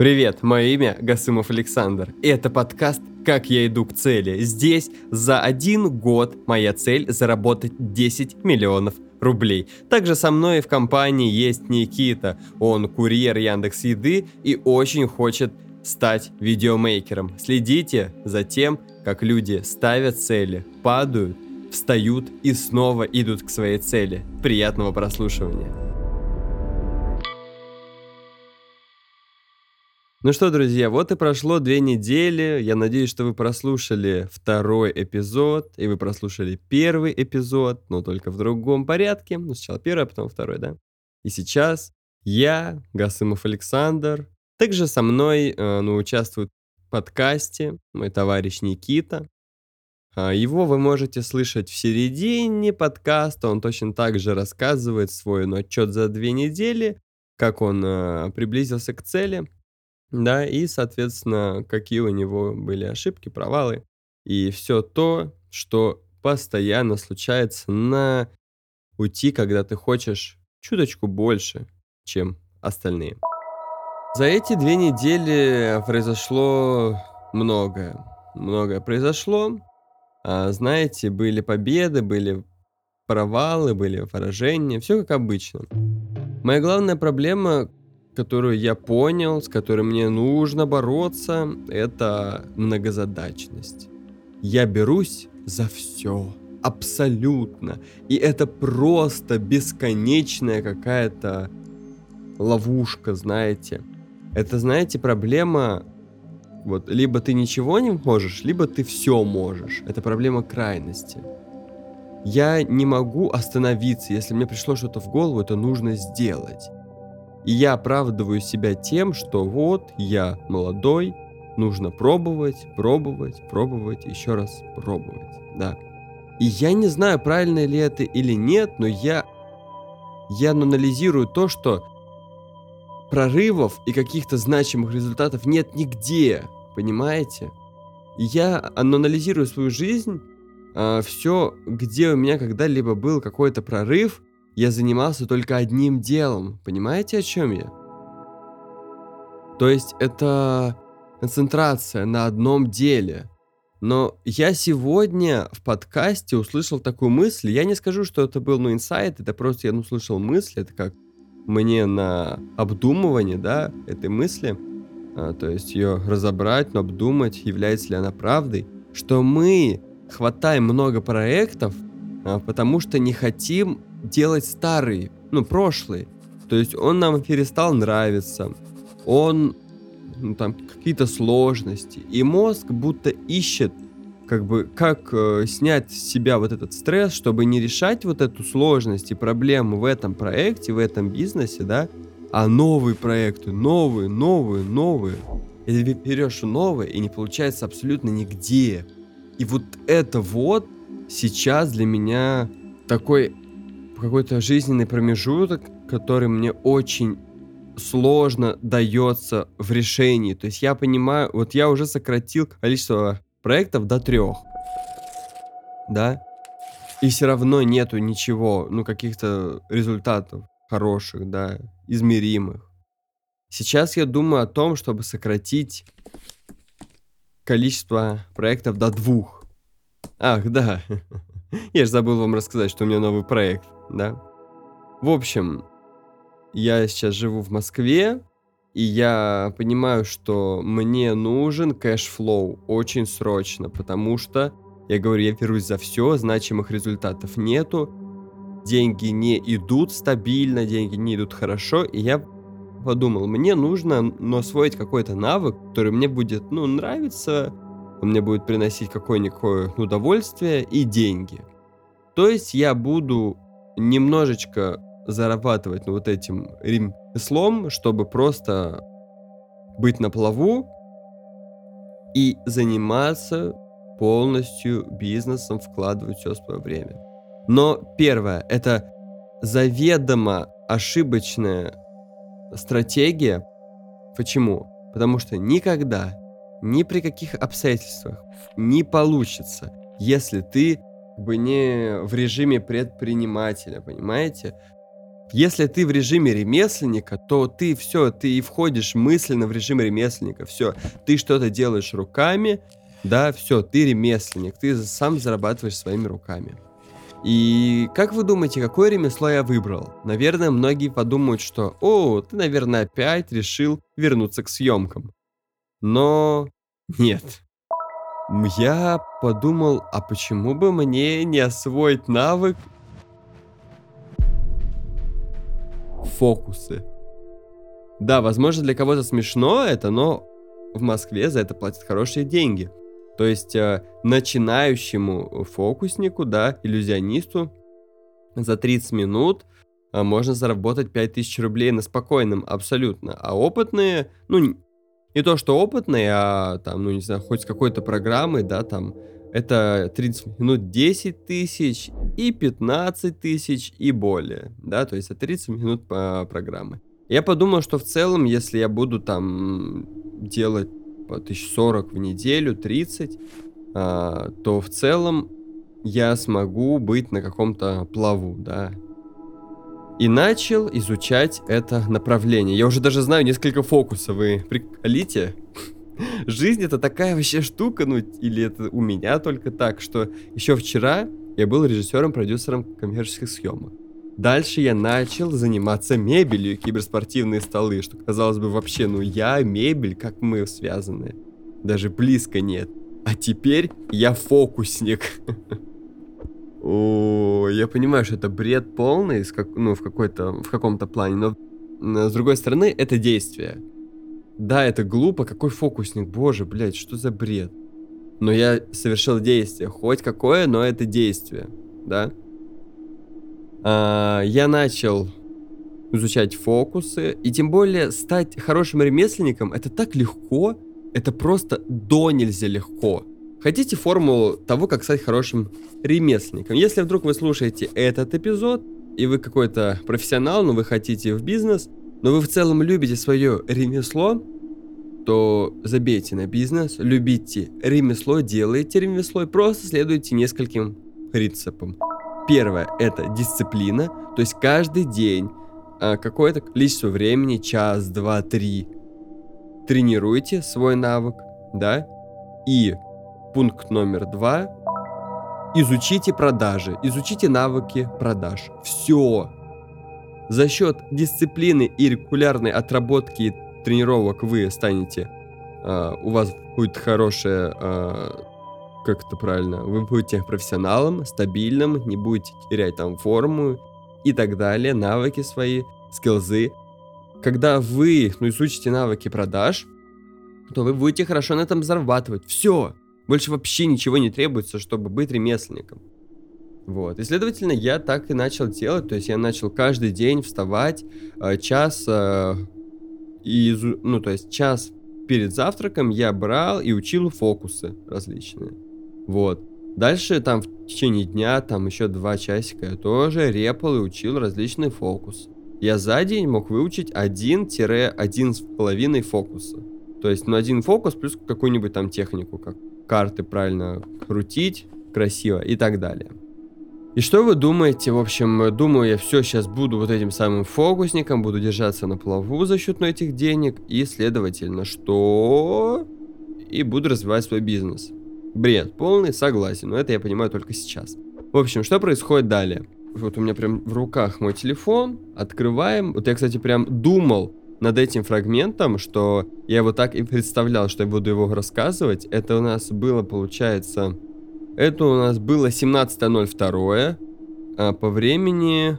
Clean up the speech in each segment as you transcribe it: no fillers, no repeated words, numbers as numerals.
Привет, мое имя Гасымов Александр, и это подкаст «Как я иду к цели». Здесь за 1 год моя цель заработать 10 миллионов рублей. Также со мной в компании есть Никита, он курьер Яндекс.Еды и очень хочет стать видеомейкером. Следите за тем, как люди ставят цели, падают, встают и снова идут к своей цели. Приятного прослушивания. Ну что, друзья, вот и прошло 2 недели. Я надеюсь, что вы прослушали 2-й эпизод, и вы прослушали 1-й эпизод, но только в другом порядке. Ну, сначала 1-й, а потом 2-й, да? И сейчас я, Гасымов Александр, также со мной участвует в подкасте мой товарищ Никита. Его вы можете слышать в середине подкаста. Он точно так же рассказывает свой отчет за 2 недели, как он приблизился к цели. Да, и, соответственно, какие у него были ошибки, провалы и все то, что постоянно случается на пути, когда ты хочешь чуточку больше, чем остальные. За эти 2 недели произошло многое. Многое произошло. Знаете, были победы, были провалы, были поражения. Все как обычно. Моя главная проблема, которую я понял, с которой мне нужно бороться, это многозадачность. Я берусь за все, абсолютно. И это просто бесконечная какая-то ловушка, знаете. Это, знаете, проблема, вот, либо ты ничего не можешь, либо ты все можешь. Это проблема крайности. Я не могу остановиться, если мне пришло что-то в голову, это нужно сделать. И я оправдываю себя тем, что вот я молодой, нужно пробовать, еще раз пробовать, да. И я не знаю, правильно ли это или нет, но я анализирую то, что прорывов и каких-то значимых результатов нет нигде, понимаете? И я анализирую свою жизнь, все, где у меня когда-либо был какой-то прорыв, я занимался только одним делом. Понимаете, о чем я? То есть это концентрация на одном деле. Но я сегодня в подкасте услышал такую мысль. Я не скажу, что это был инсайт, это просто я услышал мысль, это как мне на обдумывание, да, этой мысли, то есть ее разобрать, обдумать, является ли она правдой, что мы хватаем много проектов, потому что не хотим делать старый, прошлый. То есть он нам перестал нравиться, он, там какие-то сложности. И мозг будто ищет, как снять с себя вот этот стресс, чтобы не решать вот эту сложность и проблему в этом проекте, в этом бизнесе, да, а новые проекты, новые. И ты берешь новые, и не получается абсолютно нигде. И вот это вот сейчас для меня такой какой-то жизненный промежуток, который мне очень сложно дается в решении. То есть я понимаю, вот я уже сократил количество проектов до 3, да, и все равно нету ничего, каких-то результатов хороших, да, измеримых. Сейчас я думаю о том, чтобы сократить количество проектов до 2. Ах, да, я же забыл вам рассказать, что у меня новый проект, да. В общем, я сейчас живу в Москве, и я понимаю, что мне нужен кэшфлоу очень срочно, потому что, я говорю, я берусь за все, значимых результатов нету, деньги не идут стабильно, деньги не идут хорошо, и я подумал, мне нужно освоить какой-то навык, который мне будет, нравиться, он мне будет приносить какое-никакое удовольствие и деньги. То есть я буду немножечко зарабатывать вот этим ремеслом, чтобы просто быть на плаву и заниматься полностью бизнесом, вкладывать все свое время. Но первое, это заведомо ошибочная стратегия. Почему? Потому что никогда, ни при каких обстоятельствах не получится, если ты не в режиме предпринимателя, понимаете? Если ты в режиме ремесленника, то ты все, ты входишь мысленно в режим ремесленника. Все, ты что-то делаешь руками, да, все, ты ремесленник, ты сам зарабатываешь своими руками. И как вы думаете, какое ремесло я выбрал? Наверное, многие подумают, что, о, ты, наверное, опять решил вернуться к съемкам. Но нет. Я подумал, а почему бы мне не освоить навык фокусы? Да, возможно, для кого-то смешно это, но в Москве за это платят хорошие деньги. То есть начинающему фокуснику, да, иллюзионисту за 30 минут можно заработать 5000 рублей на спокойном абсолютно. А опытные, ну, не то что опытные, а там, ну, не знаю, хоть с какой-то программой, да, там, это 30 минут 10 тысяч и 15 тысяч и более, да, то есть это 30 минут по программы. Я подумал, что в целом, если я буду там делать по 1040 в неделю, 30, то в целом я смогу быть на каком-то плаву, да. И начал изучать это направление. Я уже даже знаю несколько фокусов, вы приколите? Жизнь это такая вообще штука, ну или это у меня только так, что еще вчера я был режиссером-продюсером коммерческих съемок. Дальше я начал заниматься мебелью, киберспортивные столы, что казалось бы вообще, ну я, мебель, как мы связаны. Даже близко нет. А теперь я фокусник. О, я понимаю, что это бред полный, ну, в каком-то плане, но с другой стороны, это действие. Да, это глупо, какой фокусник, боже, блядь, что за бред? Но я совершил действие, хоть какое, но это действие, да? Я начал изучать фокусы, и тем более стать хорошим ремесленником, это так легко, это просто до нельзя легко. Хотите формулу того, как стать хорошим ремесленником? Если вдруг вы слушаете этот эпизод, и вы какой-то профессионал, но вы хотите в бизнес, но вы в целом любите свое ремесло, то забейте на бизнес, любите ремесло, делайте ремесло и просто следуйте нескольким принципам. Первое – это дисциплина, то есть каждый день какое-то количество времени, час, два, три, тренируйте свой навык, да, и пункт номер 2. Изучите продажи, изучите навыки продаж. Все. За счет дисциплины и регулярной отработки тренировок вы станете, у вас будет хорошее, как это правильно, вы будете профессионалом, стабильным, не будете терять там форму и так далее, навыки свои, скиллзы. Когда вы, ну, изучите навыки продаж, то вы будете хорошо на этом зарабатывать. Все. Больше вообще ничего не требуется, чтобы быть ремесленником. Вот. И, следовательно, я так и начал делать. То есть я начал каждый день вставать час, ну, то есть час перед завтраком я брал и учил фокусы различные. Вот. Дальше там в течение дня, там еще 2 часика я тоже репал и учил различные фокусы. Я за день мог выучить 1-1,5 фокуса. То есть, ну, один фокус плюс какую-нибудь там технику, как карты правильно крутить, красиво и так далее. И что вы думаете? В общем, думаю, я все сейчас буду вот этим самым фокусником, буду держаться на плаву за счет этих денег и, следовательно, что? И буду развивать свой бизнес. Бред полный, согласен, но это я понимаю только сейчас. В общем, что происходит далее? Вот у меня прям в руках мой телефон, открываем. Вот я, кстати, прям думал над этим фрагментом, что я его так и представлял, что я буду его рассказывать. Это у нас было, получается... Это у нас было 17.02, а по времени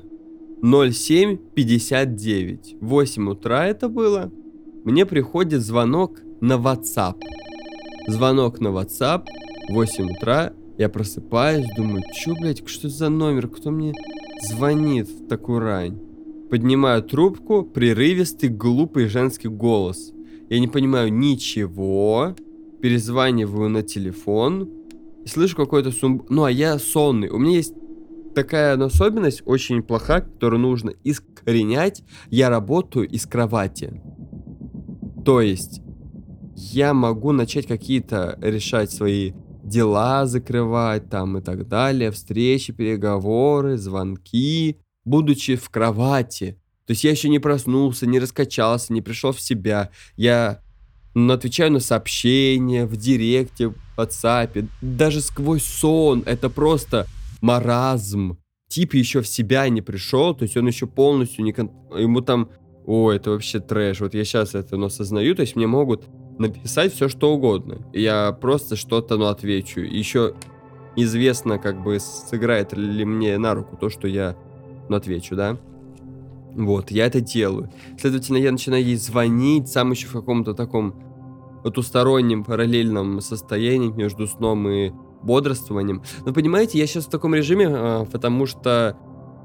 07:59. 8 утра это было. Мне приходит звонок на WhatsApp. Звонок на WhatsApp, 8 утра. Я просыпаюсь, думаю, чё, блядь, что за номер? Кто мне звонит в такую рань? Поднимаю трубку, прерывистый, глупый женский голос. Я не понимаю ничего. Перезваниваю на телефон. Слышу какой-то Ну, а я сонный. У меня есть такая особенность, очень плохая, которую нужно искоренять. Я работаю из кровати. То есть, я могу начать какие-то решать свои дела, закрывать там и так далее. Встречи, переговоры, звонки. будучи в кровати. То есть я еще не проснулся, не раскачался, не пришел в себя. Я отвечаю на сообщения в директе, в WhatsApp, даже сквозь сон. Это просто маразм. Тип еще в себя не пришел, то есть он еще полностью не... Ему там... О, это вообще трэш. Вот я сейчас это осознаю, то есть мне могут написать все, что угодно. Я просто что-то, отвечу. Еще неизвестно, как бы, сыграет ли мне на руку то, что я, отвечу, да? Вот, я это делаю. Следовательно, я начинаю ей звонить, сам еще в каком-то таком потустороннем параллельном состоянии между сном и бодрствованием. Но понимаете, я сейчас в таком режиме, потому что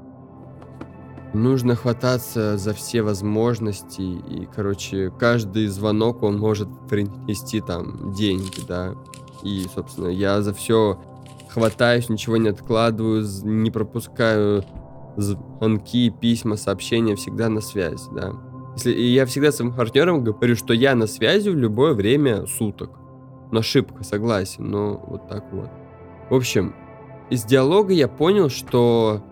нужно хвататься за все возможности. И, короче, каждый звонок, он может принести там деньги, да. И, собственно, я за все хватаюсь, ничего не откладываю, не пропускаю звонки, письма, сообщения, всегда на связи, да. И я всегда своим партнерам говорю, что я на связи в любое время суток. Но ошибка, согласен, но вот так вот. В общем, из диалога я понял, что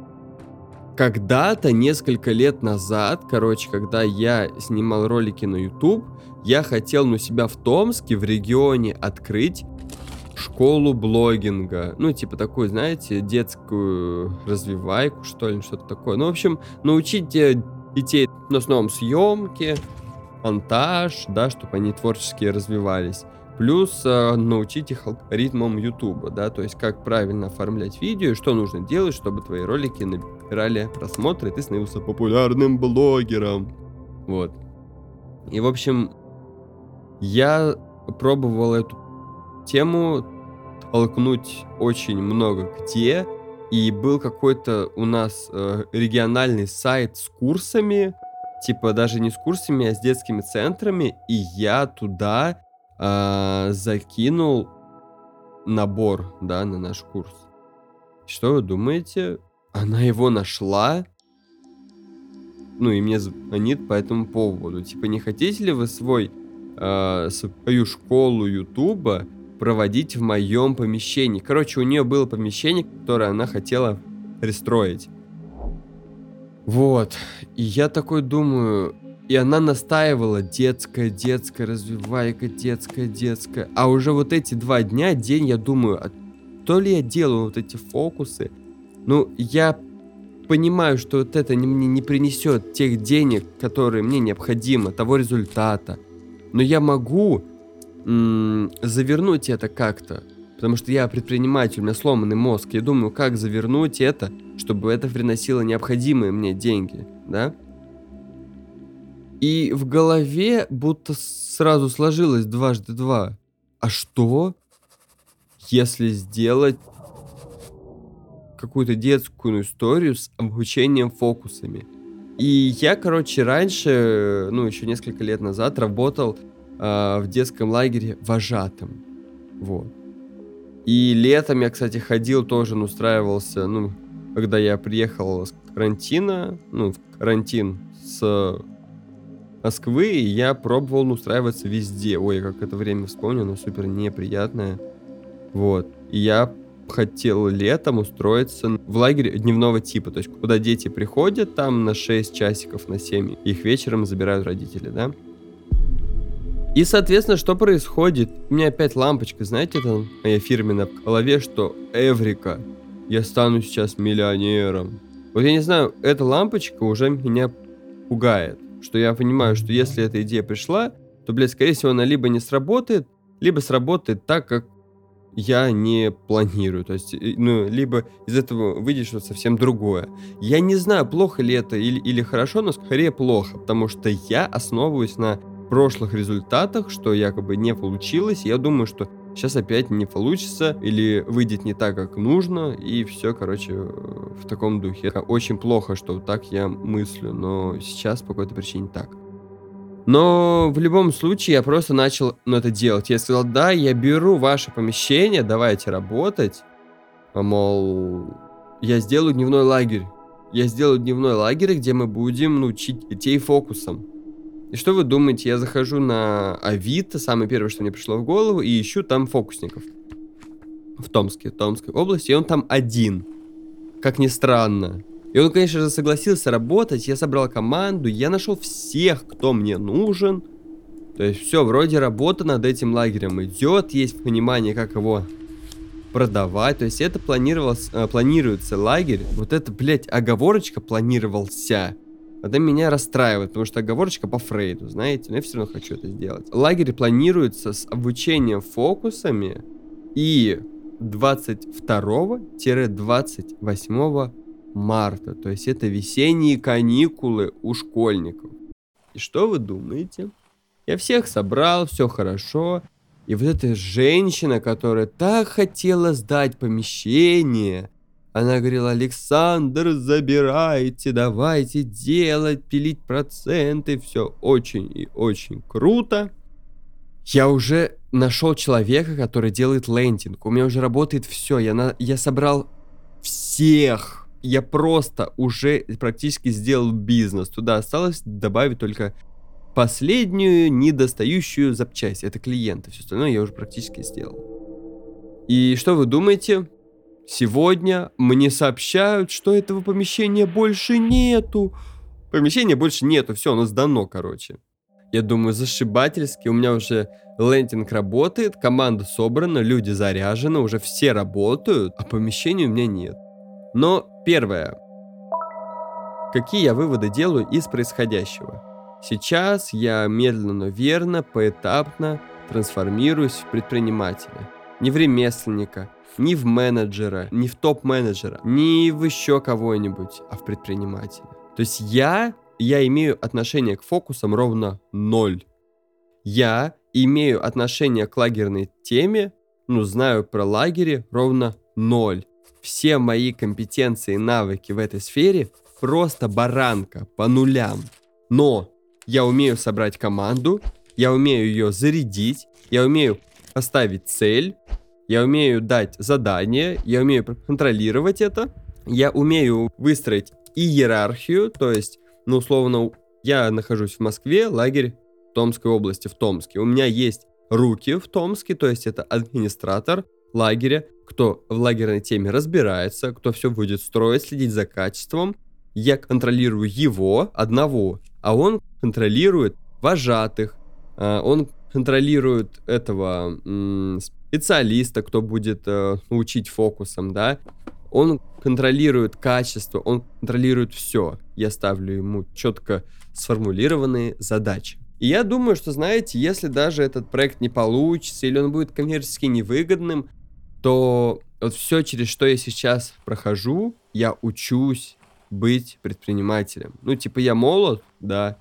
когда-то, несколько лет назад, короче, когда я снимал ролики на YouTube, я хотел у себя в Томске, в регионе, открыть школу блогинга. Ну, типа такую, знаете, детскую развивайку, что ли, что-то такое. Ну, в общем, научить детей в основном съемки, монтаж, да, чтобы они творчески развивались. Плюс научить их алгоритмам YouTube, да, то есть как правильно оформлять видео, и что нужно делать, чтобы твои ролики набирали просмотры, и ты становился популярным блогером. Вот. И, в общем, я пробовал эту тему толкнуть очень много где, и был какой-то у нас региональный сайт с курсами, типа даже не с курсами, а с детскими центрами, и я туда закинул набор, да, на наш курс. Что вы думаете? Она его нашла, ну и мне звонит по этому поводу. Типа, не хотите ли вы свою школу Ютуба проводить в моем помещении? Короче, у нее было помещение, которое она хотела пристроить. Вот. И я такой думаю... И она настаивала: детская, развивайка, детская. А уже вот эти 2 дня, день, я думаю, а то ли я делаю вот эти фокусы? Ну, я понимаю, что вот это мне не принесет тех денег, которые мне необходимо, того результата. Но я могу завернуть это как-то. Потому что я предприниматель, у меня сломанный мозг. Я думаю, как завернуть это, чтобы это приносило необходимые мне деньги, да? И в голове будто сразу сложилось 2 × 2. А что, если сделать какую-то детскую историю с обучением фокусами? И я, короче, раньше, еще несколько лет назад работал в детском лагере вожатым. Вот. И летом я, кстати, ходил тоже, устраивался, когда я приехал с карантина, в карантин с Москвы, и я пробовал устраиваться везде. Ой, как это время вспомнил, оно супер неприятное. Вот. И я хотел летом устроиться в лагерь дневного типа, то есть куда дети приходят там на 6 часиков, на 7, их вечером забирают родители, да? И, соответственно, что происходит? У меня опять лампочка, знаете, там моя фирменная в голове, что Эврика, я стану сейчас миллионером. Вот я не знаю, эта лампочка уже меня пугает. Что я понимаю, что если эта идея пришла, то, скорее всего, она либо не сработает, либо сработает так, как я не планирую. То есть, либо из этого выйдет что-то совсем другое. Я не знаю, плохо ли это или хорошо, но скорее плохо, потому что я основываюсь на прошлых результатах, что якобы не получилось. Я думаю, что сейчас опять не получится или выйдет не так, как нужно, и все, короче, в таком духе. Это очень плохо, что вот так я мыслю, но сейчас по какой-то причине так. Но в любом случае я просто начал это делать. Я сказал: да, я беру ваше помещение, давайте работать. Мол, я сделаю дневной лагерь. Я сделаю дневной лагерь, где мы будем учить детей фокусам. И что вы думаете, я захожу на Авито, самое первое, что мне пришло в голову, и ищу там фокусников. В Томской области, и он там один. Как ни странно. И он, конечно же, согласился работать, я собрал команду, я нашел всех, кто мне нужен. То есть все, вроде работа над этим лагерем идет, есть понимание, как его продавать. То есть это планируется лагерь. Вот это, блядь, оговорочка планировался. Это меня расстраивает, потому что оговорочка по Фрейду, знаете, но я все равно хочу это сделать. Лагерь планируется с обучением фокусами и 22-28 марта. То есть это весенние каникулы у школьников. И что вы думаете? Я всех собрал, все хорошо. И вот эта женщина, которая так хотела сдать помещение, она говорила: Александр, забирайте, давайте делать, пилить проценты, все очень и очень круто. Я уже нашел человека, который делает лендинг, у меня уже работает все, я собрал всех, я просто уже практически сделал бизнес, туда осталось добавить только последнюю недостающую запчасть, это клиенты, все остальное я уже практически сделал. И что вы думаете? Сегодня мне сообщают, что этого помещения больше нету. Помещения больше нету, все, оно сдано, короче. Я думаю, зашибательски, у меня уже лендинг работает, команда собрана, люди заряжены, уже все работают, а помещения у меня нет. Но первое. Какие я выводы делаю из происходящего? Сейчас я медленно, но верно, поэтапно трансформируюсь в предпринимателя. Не в ремесленника, не в менеджера, не в топ-менеджера, не в еще кого-нибудь, а в предпринимателя. То есть я имею отношение к фокусам ровно 0. Я имею отношение к лагерной теме, знаю про лагери ровно 0. Все мои компетенции и навыки в этой сфере просто баранка по нулям. Но я умею собрать команду, я умею ее зарядить, я умею поставить цель, я умею дать задание, я умею контролировать это, я умею выстроить иерархию, то есть, условно, я нахожусь в Москве, лагерь в Томской области, в Томске. У меня есть руки в Томске, то есть это администратор лагеря, кто в лагерной теме разбирается, кто все будет строить, следить за качеством. Я контролирую его одного, а он контролирует вожатых, он контролирует этого специалиста, кто будет учить фокусам, да. Он контролирует качество, он контролирует все. Я ставлю ему четко сформулированные задачи. И я думаю, что, знаете, если даже этот проект не получится, или он будет коммерчески невыгодным, то вот все, через что я сейчас прохожу, я учусь быть предпринимателем. Я молод, да,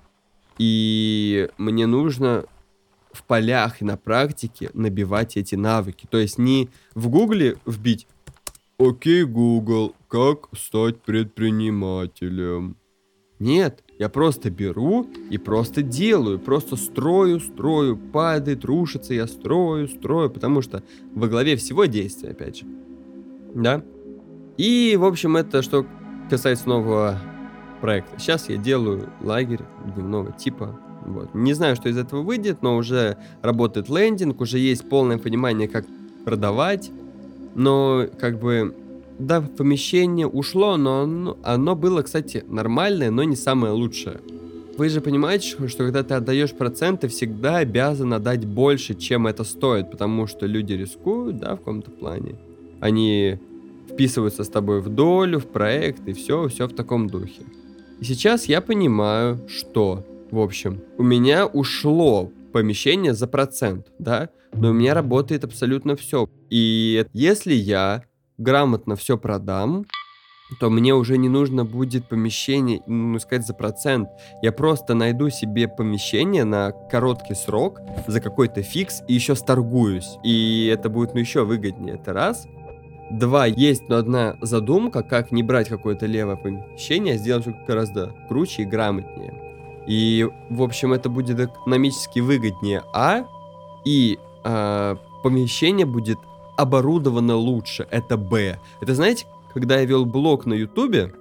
и мне нужно в полях и на практике набивать эти навыки. То есть не в Гугле вбить: «Окей, Google, как стать предпринимателем?» Нет, я просто беру и просто делаю, просто строю, падает, рушится, я строю, потому что во главе всего действия, опять же. Да? И, в общем, это что касается нового проекта. Сейчас я делаю лагерь дневного типа. Вот. Не знаю, что из этого выйдет, но уже работает лендинг, уже есть полное понимание, как продавать. Но, да, помещение ушло, но оно было, кстати, нормальное, но не самое лучшее. Вы же понимаете, что когда ты отдаешь проценты, всегда обязан отдать больше, чем это стоит, потому что люди рискуют, да, в каком-то плане. Они вписываются с тобой в долю, в проект, и все в таком духе. И сейчас я понимаю, что, в общем, у меня ушло помещение за процент, да, но у меня работает абсолютно все. И если я грамотно все продам, то мне уже не нужно будет помещение, сказать, за процент. Я просто найду себе помещение на короткий срок за какой-то фикс и еще сторгуюсь. И это будет, еще выгоднее. Это раз. 2. Есть, одна задумка, как не брать какое-то левое помещение, а сделать все гораздо круче и грамотнее. И, в общем, это будет экономически выгоднее. И помещение будет оборудовано лучше. Это Б. Это, знаете, когда я вел блог на Ютубе,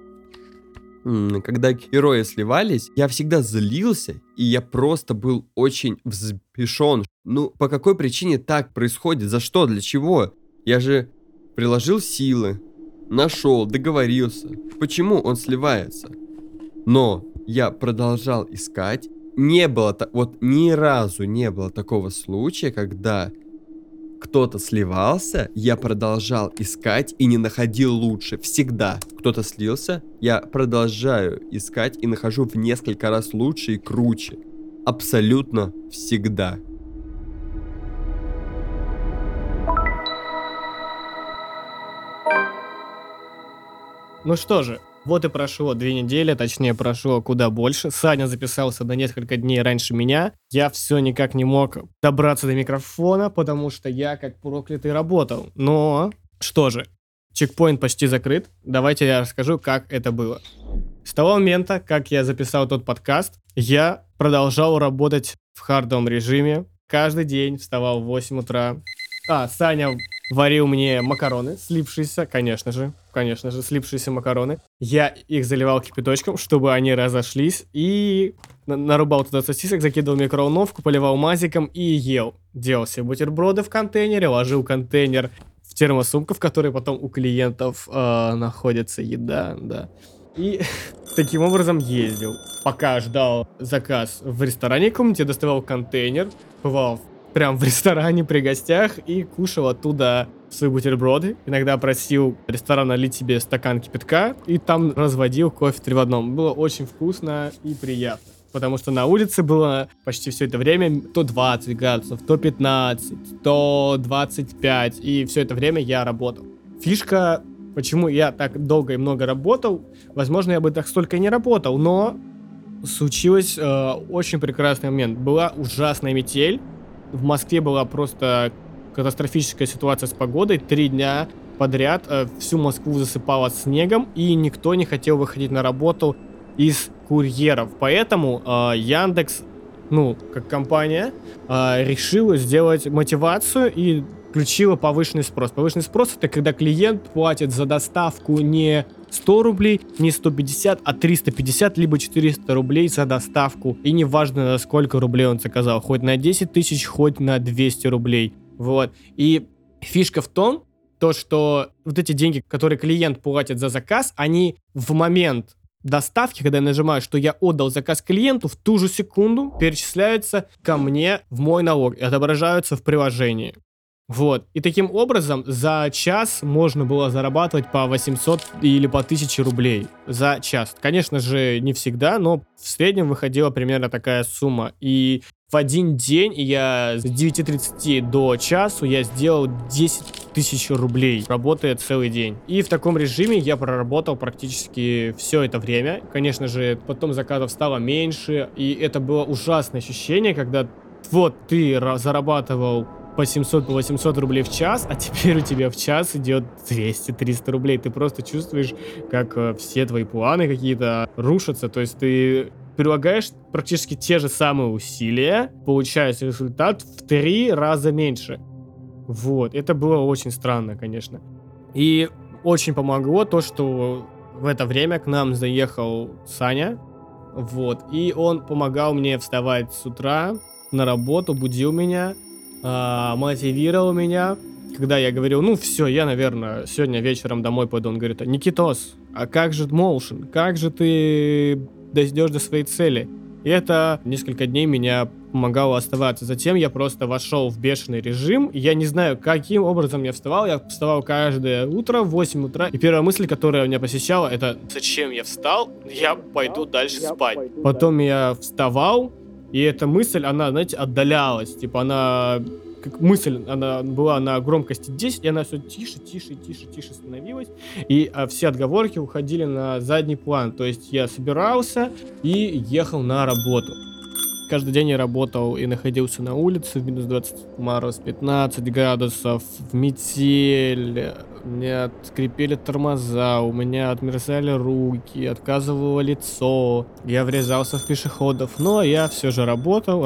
когда герои сливались, я всегда злился, и я просто был очень взбешен. По какой причине так происходит? За что? Для чего? Я же приложил силы, нашел, договорился. Почему он сливается? Но я продолжал искать. Не было, вот ни разу не было такого случая, когда кто-то сливался, я продолжал искать и не находил лучше. Всегда кто-то слился, я продолжаю искать и нахожу в несколько раз лучше и круче. Абсолютно всегда. Ну что же, вот и прошло 2 недели, точнее прошло куда больше. Саня записался на несколько дней раньше меня. Я все никак не мог добраться до микрофона, потому что я как проклятый работал. Но что же, чекпоинт почти закрыт. Давайте я расскажу, как это было. С того момента, как я записал тот подкаст, я продолжал работать в хардовом режиме. Каждый день вставал в 8 утра. Саня варил мне макароны, слипшиеся, конечно же, слипшиеся макароны. Я их заливал кипяточком, чтобы они разошлись, и нарубал туда сосисок, закидывал в микроволновку, поливал мазиком и ел. Делал себе бутерброды в контейнере, ложил контейнер в термосумку, в которой потом у клиентов находится еда, да. И таким образом ездил. Пока ждал заказ в ресторане каком-нибудь, я доставал контейнер, бывал прям в ресторане при гостях и кушал оттуда свои бутерброды. Иногда просил ресторан налить себе стакан кипятка и там разводил кофе 3 в одном. Было очень вкусно и приятно. Потому что на улице было почти все это время то 20 градусов, то 15, то 25. И все это время я работал. Фишка, почему я так долго и много работал, возможно, я бы так столько и не работал, но случилось очень прекрасный момент. Была ужасная метель. В Москве была просто катастрофическая ситуация с погодой. 3 дня подряд всю Москву засыпало снегом, и никто не хотел выходить на работу из курьеров. Поэтому Яндекс, как компания, решила сделать мотивацию и включила повышенный спрос. Повышенный спрос — это когда клиент платит за доставку не 100 рублей, не 150, а 350, либо 400 рублей за доставку. И неважно, на сколько рублей он заказал. Хоть на 10 тысяч, хоть на 200 рублей. Вот. И фишка в том, что вот эти деньги, которые клиент платит за заказ, они в момент доставки, когда я нажимаю, что я отдал заказ клиенту, в ту же секунду перечисляются ко мне в мой налог и отображаются в приложении. Вот. И таким образом за час можно было зарабатывать по 800 или по 1000 рублей за час. Конечно же, не всегда, но в среднем выходила примерно такая сумма. И в один день я с 9:30 до часу я сделал 10 тысяч рублей, работая целый день. И в таком режиме я проработал практически все это время. Конечно же, потом заказов стало меньше, и это было ужасное ощущение, когда вот ты зарабатывал по 700, по 800 рублей в час, а теперь у тебя в час идет 200-300 рублей. Ты просто чувствуешь, как все твои планы какие-то рушатся. То есть ты прилагаешь практически те же самые усилия, получаешь результат в 3 раза меньше. Вот. Это было очень странно, конечно. И очень помогло то, что в это время к нам заехал Саня. Вот. И он помогал мне вставать с утра на работу, будил меня, мотивировал меня. Когда я говорил, все, я, наверное, сегодня вечером домой пойду, он говорит: Никитос, а как же моушен? Как же ты дойдешь до своей цели? И это несколько дней меня помогало оставаться. Затем я просто вошел в бешеный режим, и я не знаю, каким образом я вставал. Я вставал каждое утро в 8 утра, и первая мысль, которая меня посещала, это: зачем я встал? Я пойду дальше спать. Потом я вставал, и эта мысль, она, знаете, отдалялась. Типа она, как мысль, она была на громкости 10, и она все тише становилась. И все отговорки уходили на задний план. То есть я собирался и ехал на работу. Каждый день я работал и находился на улице в минус 20 мороз, 15 градусов, в метель. У меня скрипели тормоза, у меня отмерзали руки, отказывало лицо. Я врезался в пешеходов, но я все же работал,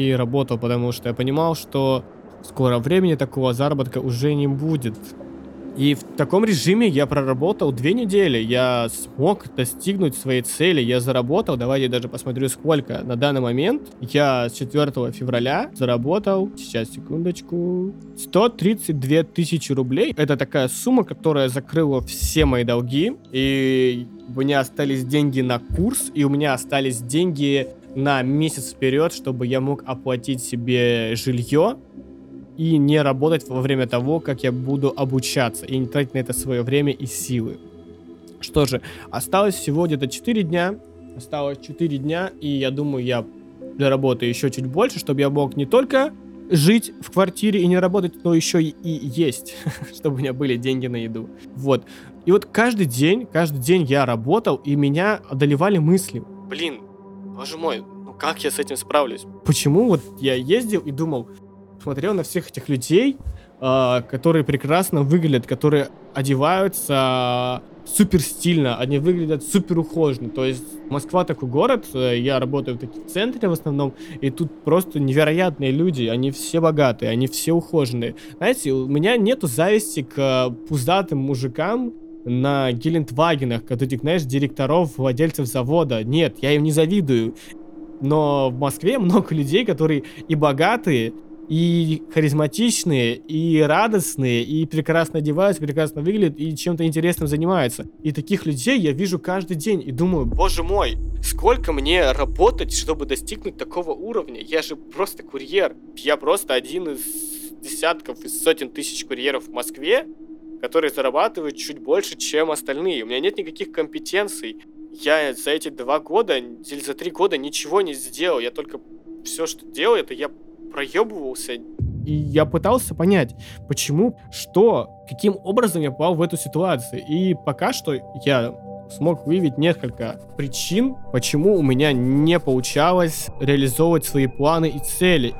потому что я понимал, что в скором времени такого заработка уже не будет. И в таком режиме я проработал 2 недели. Я смог достигнуть своей цели. Я заработал, давайте даже посмотрю, сколько. На данный момент я с 4 февраля заработал, сейчас, секундочку, 132 тысячи рублей. Это такая сумма, которая закрыла все мои долги. И у меня остались деньги на курс, и у меня остались деньги на месяц вперед, чтобы я мог оплатить себе жилье и не работать во время того, как я буду обучаться, и не тратить на это свое время и силы. Что же, осталось всего где-то 4 дня. Осталось 4 дня, и я думаю, я доработаю еще чуть больше, чтобы я мог не только жить в квартире и не работать, но еще и есть, чтобы у меня были деньги на еду. Вот. И вот каждый день я работал, и меня одолевали мысли. Блин, боже мой, ну как я с этим справлюсь? Почему вот я ездил и думал, смотрел на всех этих людей, которые прекрасно выглядят, которые одеваются супер стильно, они выглядят супер ухоженно. То есть Москва такой город, я работаю в таких центре в основном, и тут просто невероятные люди, они все богатые, они все ухоженные. Знаете, у меня нету зависти к пузатым мужикам на Гелендвагенах, от этих, знаешь, директоров, владельцев завода. Нет, я им не завидую. Но в Москве много людей, которые и богатые, и харизматичные, и радостные, и прекрасно одеваются, прекрасно выглядят, и чем-то интересным занимаются. И таких людей я вижу каждый день и думаю, боже мой, сколько мне работать, чтобы достигнуть такого уровня? Я же просто курьер. Я просто один из десятков, из сотен тысяч курьеров в Москве, которые зарабатывают чуть больше, чем остальные. У меня нет никаких компетенций. Я за эти 2 года или за 3 года ничего не сделал. Я только все, что делал, это я проебывался. И я пытался понять, почему, что, каким образом я попал в эту ситуацию. И пока что я смог выявить несколько причин, почему у меня не получалось реализовывать свои планы и цели.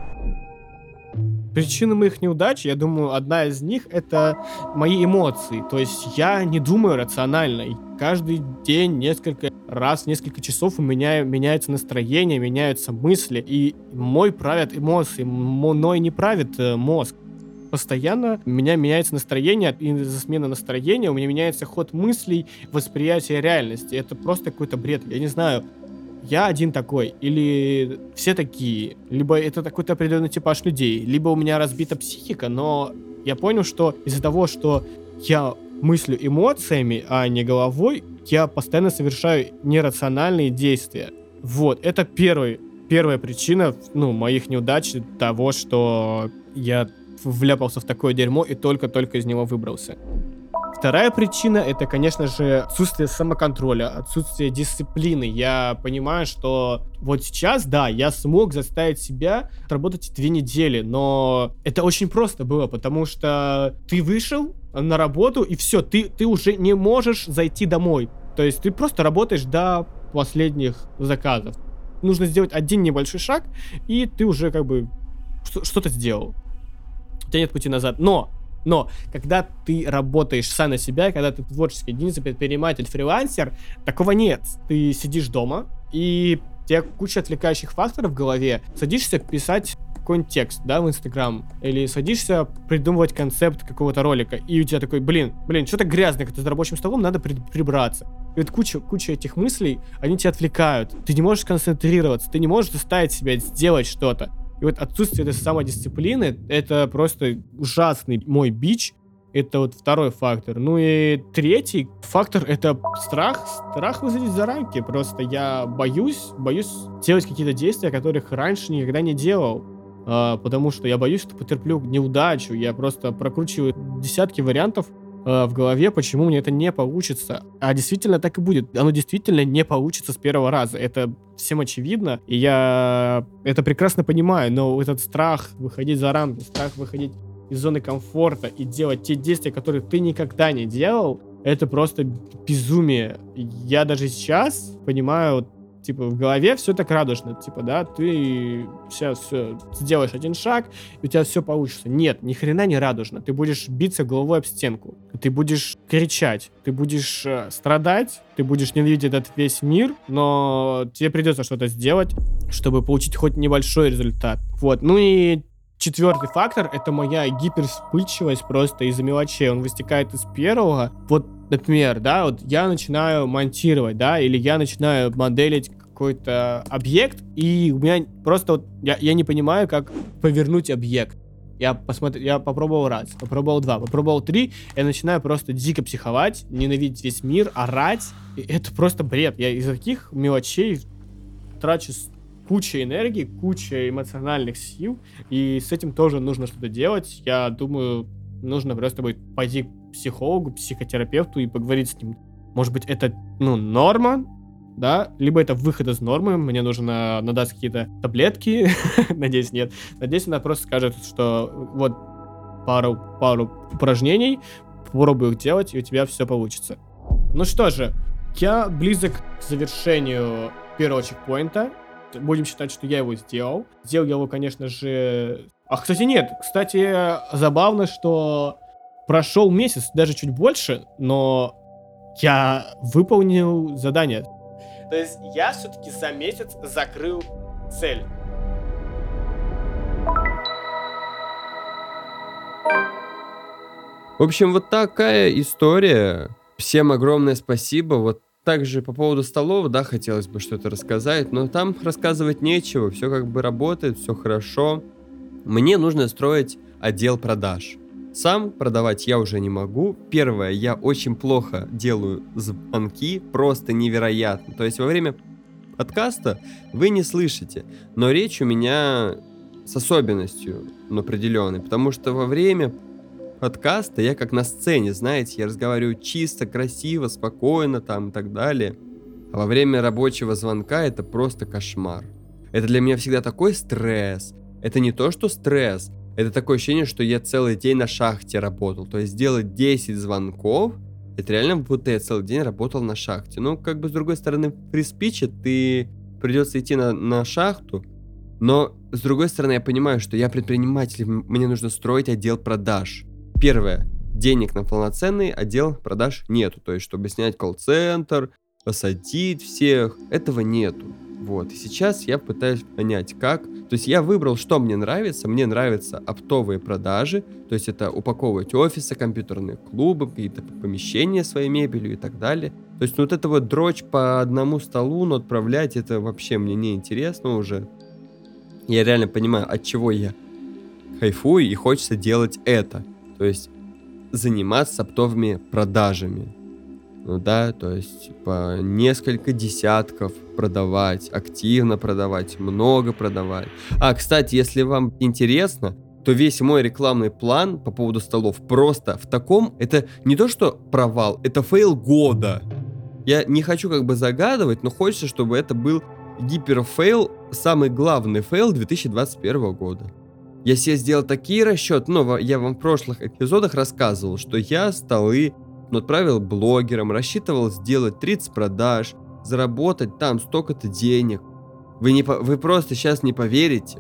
Причина моих неудач, я думаю, одна из них — это мои эмоции. То есть я не думаю рационально. И каждый день, несколько раз, несколько часов у меня меняется настроение, меняются мысли. И мой правят эмоции, мной не правит мозг. Постоянно у меня меняется настроение, и из-за смены настроения у меня меняется ход мыслей, восприятие реальности. Это просто какой-то бред. Я не знаю, я один такой, или все такие, либо это какой-то определенный типаж людей, либо у меня разбита психика, но я понял, что из-за того, что я мыслю эмоциями, а не головой, я постоянно совершаю нерациональные действия. Вот, это первая причина, моих неудач, того, что я вляпался в такое дерьмо и только-только из него выбрался. Вторая причина — это, конечно же, отсутствие самоконтроля, отсутствие дисциплины. Я понимаю, что вот сейчас, да, я смог заставить себя работать 2 недели, но это очень просто было, потому что ты вышел на работу, и все, ты уже не можешь зайти домой. То есть ты просто работаешь до последних заказов. Нужно сделать один небольшой шаг, и ты уже как бы что-то сделал. У тебя нет пути назад. Но, когда ты работаешь сам на себя, когда ты творческий единица, предприниматель, фрилансер, такого нет. Ты сидишь дома, и у тебя куча отвлекающих факторов в голове. Садишься писать какой-нибудь текст, да, в Инстаграм, или садишься придумывать концепт какого-то ролика, и у тебя такой, блин, что-то грязное, как-то за рабочим столом, надо прибраться. И вот куча этих мыслей, они тебя отвлекают. Ты не можешь концентрироваться, ты не можешь заставить себя сделать что-то. И вот отсутствие этой самодисциплины — это просто ужасный мой бич. Это вот второй фактор. Ну и третий фактор — это страх. Страх выходить за рамки. Просто я боюсь делать какие-то действия, которых раньше никогда не делал. Потому что я боюсь, что потерплю неудачу. Я просто прокручиваю десятки вариантов в голове, почему мне это не получится. А действительно так и будет. Оно действительно не получится с первого раза. Это всем очевидно, и я это прекрасно понимаю, но этот страх выходить за рамки, страх выходить из зоны комфорта и делать те действия, которые ты никогда не делал, это просто безумие. Я даже сейчас понимаю, типа, в голове все так радужно, типа, да, ты сейчас сделаешь один шаг, и у тебя все получится. Нет, ни хрена не радужно. Ты будешь биться головой об стенку, ты будешь кричать, ты будешь страдать, ты будешь ненавидеть этот весь мир, но тебе придется что-то сделать, чтобы получить хоть небольшой результат. Вот, ну и Четвертый фактор — это моя гипервспыльчивость просто из-за мелочей. Он вытекает из первого. Вот, например, да, вот я начинаю монтировать, да, или я начинаю моделить какой-то объект, и у меня просто вот, я не понимаю, как повернуть объект. Я попробовал раз, попробовал два, попробовал три, я начинаю просто дико психовать, ненавидеть весь мир, орать. И это просто бред. Я из-за таких мелочей трачу куча энергии, куча эмоциональных сил, и с этим тоже нужно что-то делать. Я думаю, нужно просто будет пойти к психологу, психотерапевту и поговорить с ним. Может быть, это, норма, да, либо это выход из нормы, мне нужно надать какие-то таблетки, надеюсь, нет. Надеюсь, она просто скажет, что вот пару упражнений, попробуй их делать, и у тебя все получится. Ну что же, я близок к завершению первого чекпоинта. Будем считать, что я его сделал. Сделал я его, конечно же... Кстати, нет. Кстати, забавно, что прошел месяц, даже чуть больше, но я выполнил задание. То есть я все-таки за месяц закрыл цель. В общем, вот такая история. Всем огромное спасибо. Вот также по поводу столов, да, хотелось бы что-то рассказать, но там рассказывать нечего, все как бы работает, все хорошо. Мне нужно строить отдел продаж. Сам продавать я уже не могу. Первое, я очень плохо делаю звонки, просто невероятно. То есть во время подкаста вы не слышите, но речь у меня с особенностью определенной, потому что во время подкаста я как на сцене, знаете, я разговариваю чисто, красиво, спокойно там и так далее. А во время рабочего звонка это просто кошмар. Это для меня всегда такой стресс. Это не то, что стресс, это такое ощущение, что я целый день на шахте работал. То есть делать 10 звонков, это реально будто я целый день работал на шахте. Ну, как бы с другой стороны, при спиче ты придется идти на шахту, но с другой стороны я понимаю, что я предприниматель, мне нужно строить отдел продаж. Первое. Денег на полноценный отдел продаж нету. То есть, чтобы снять колл-центр, посадить всех, этого нету. Вот. И сейчас я пытаюсь понять, как. То есть, я выбрал, что мне нравится. Мне нравятся оптовые продажи. То есть, это упаковывать офисы, компьютерные клубы, какие-то помещения своей мебелью и так далее. То есть, вот это вот дрочь по одному столу, отправлять, это вообще мне не интересно уже. Я реально понимаю, от чего я кайфую и хочется делать это. То есть заниматься оптовыми продажами. Ну да, то есть по несколько десятков продавать, активно продавать, много продавать. Кстати, если вам интересно, то весь мой рекламный план по поводу столов просто в таком, это не то что провал, это фейл года. Я не хочу как бы загадывать, но хочется, чтобы это был гиперфейл, самый главный фейл 2021 года. Я себе сделал такие расчеты, я вам в прошлых эпизодах рассказывал, что я столы отправил блогерам, рассчитывал сделать 30 продаж, заработать там столько-то денег. Вы просто сейчас не поверите.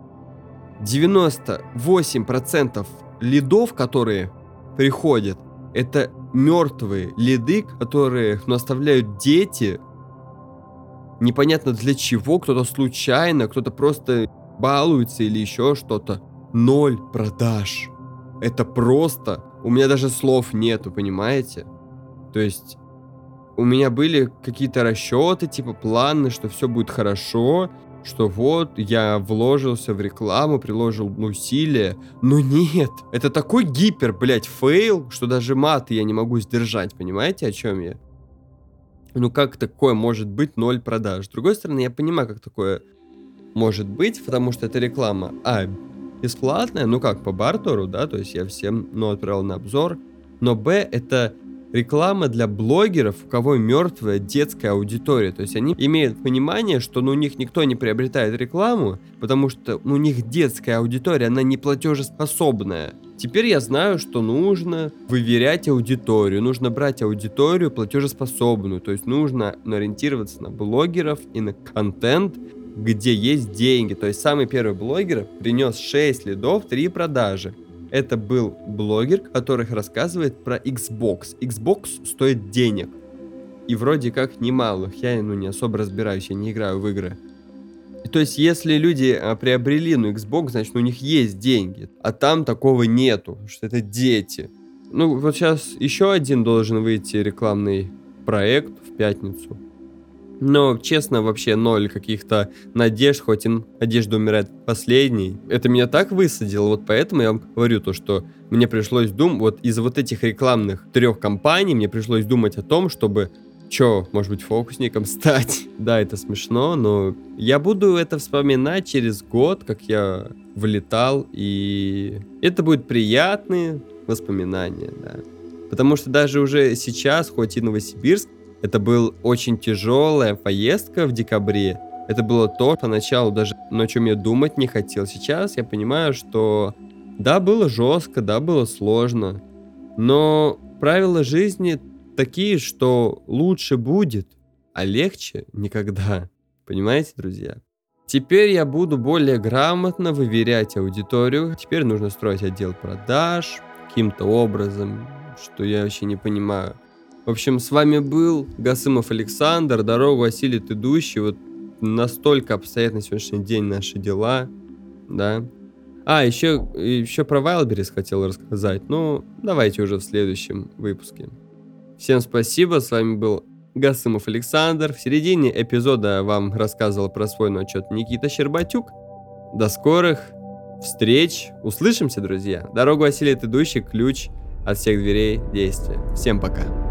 98% лидов, которые приходят, это мертвые лиды, которые оставляют дети. Непонятно для чего, кто-то случайно, кто-то просто балуется или еще что-то. 0 продаж. Это просто... У меня даже слов нету, понимаете? То есть у меня были какие-то расчеты, типа планы, что все будет хорошо, что вот я вложился в рекламу, приложил усилия. Но нет, это такой гипер, фейл, что даже мат я не могу сдержать, понимаете, о чем я? Ну как такое может быть 0 продаж? С другой стороны, я понимаю, как такое может быть, потому что это реклама, бесплатная, как по бартеру, да, то есть я всем, отправил на обзор, но это реклама для блогеров, у кого мертвая детская аудитория, то есть они имеют понимание, что у них никто не приобретает рекламу, потому что у них детская аудитория, она не платежеспособная. Теперь я знаю, что нужно выверять аудиторию, нужно брать аудиторию платежеспособную, то есть нужно ориентироваться на блогеров и на контент, где есть деньги. То есть самый первый блогер принес 6 лидов, 3 продажи. Это был блогер, который рассказывает про Xbox. Xbox стоит денег. И вроде как немалых. Я не особо разбираюсь, я не играю в игры. То есть, если люди приобрели, Xbox, значит, у них есть деньги. А там такого нету, что это дети. Вот сейчас еще один должен выйти рекламный проект в пятницу. Но, честно, вообще ноль каких-то надежд, хоть и надежда умирает последней. Это меня так высадило, вот поэтому я вам говорю то, что мне пришлось думать, вот из вот этих рекламных 3 компаний мне пришлось думать о том, чтобы, может быть, фокусником стать. Да, это смешно, но я буду это вспоминать через год, как я влетал, и это будет приятные воспоминания, да. Потому что даже уже сейчас, хоть и Новосибирск, это была очень тяжелая поездка в декабре. Это было то, поначалу даже о чем я думать не хотел. Сейчас я понимаю, что да, было жестко, да, было сложно. Но правила жизни такие, что лучше будет, а легче никогда. Понимаете, друзья? Теперь я буду более грамотно выверять аудиторию. Теперь нужно строить отдел продаж каким-то образом, что я вообще не понимаю. В общем, с вами был Гасымов Александр, дорогу осилит идущий. Вот настолько обстоят на сегодняшний день наши дела, да. Еще про Wildberries хотел рассказать, давайте уже в следующем выпуске. Всем спасибо, с вами был Гасымов Александр. В середине эпизода вам рассказывал про свой отчет Никита Щербатюк. До скорых встреч, услышимся, друзья. Дорогу осилит идущий, ключ от всех дверей действия. Всем пока.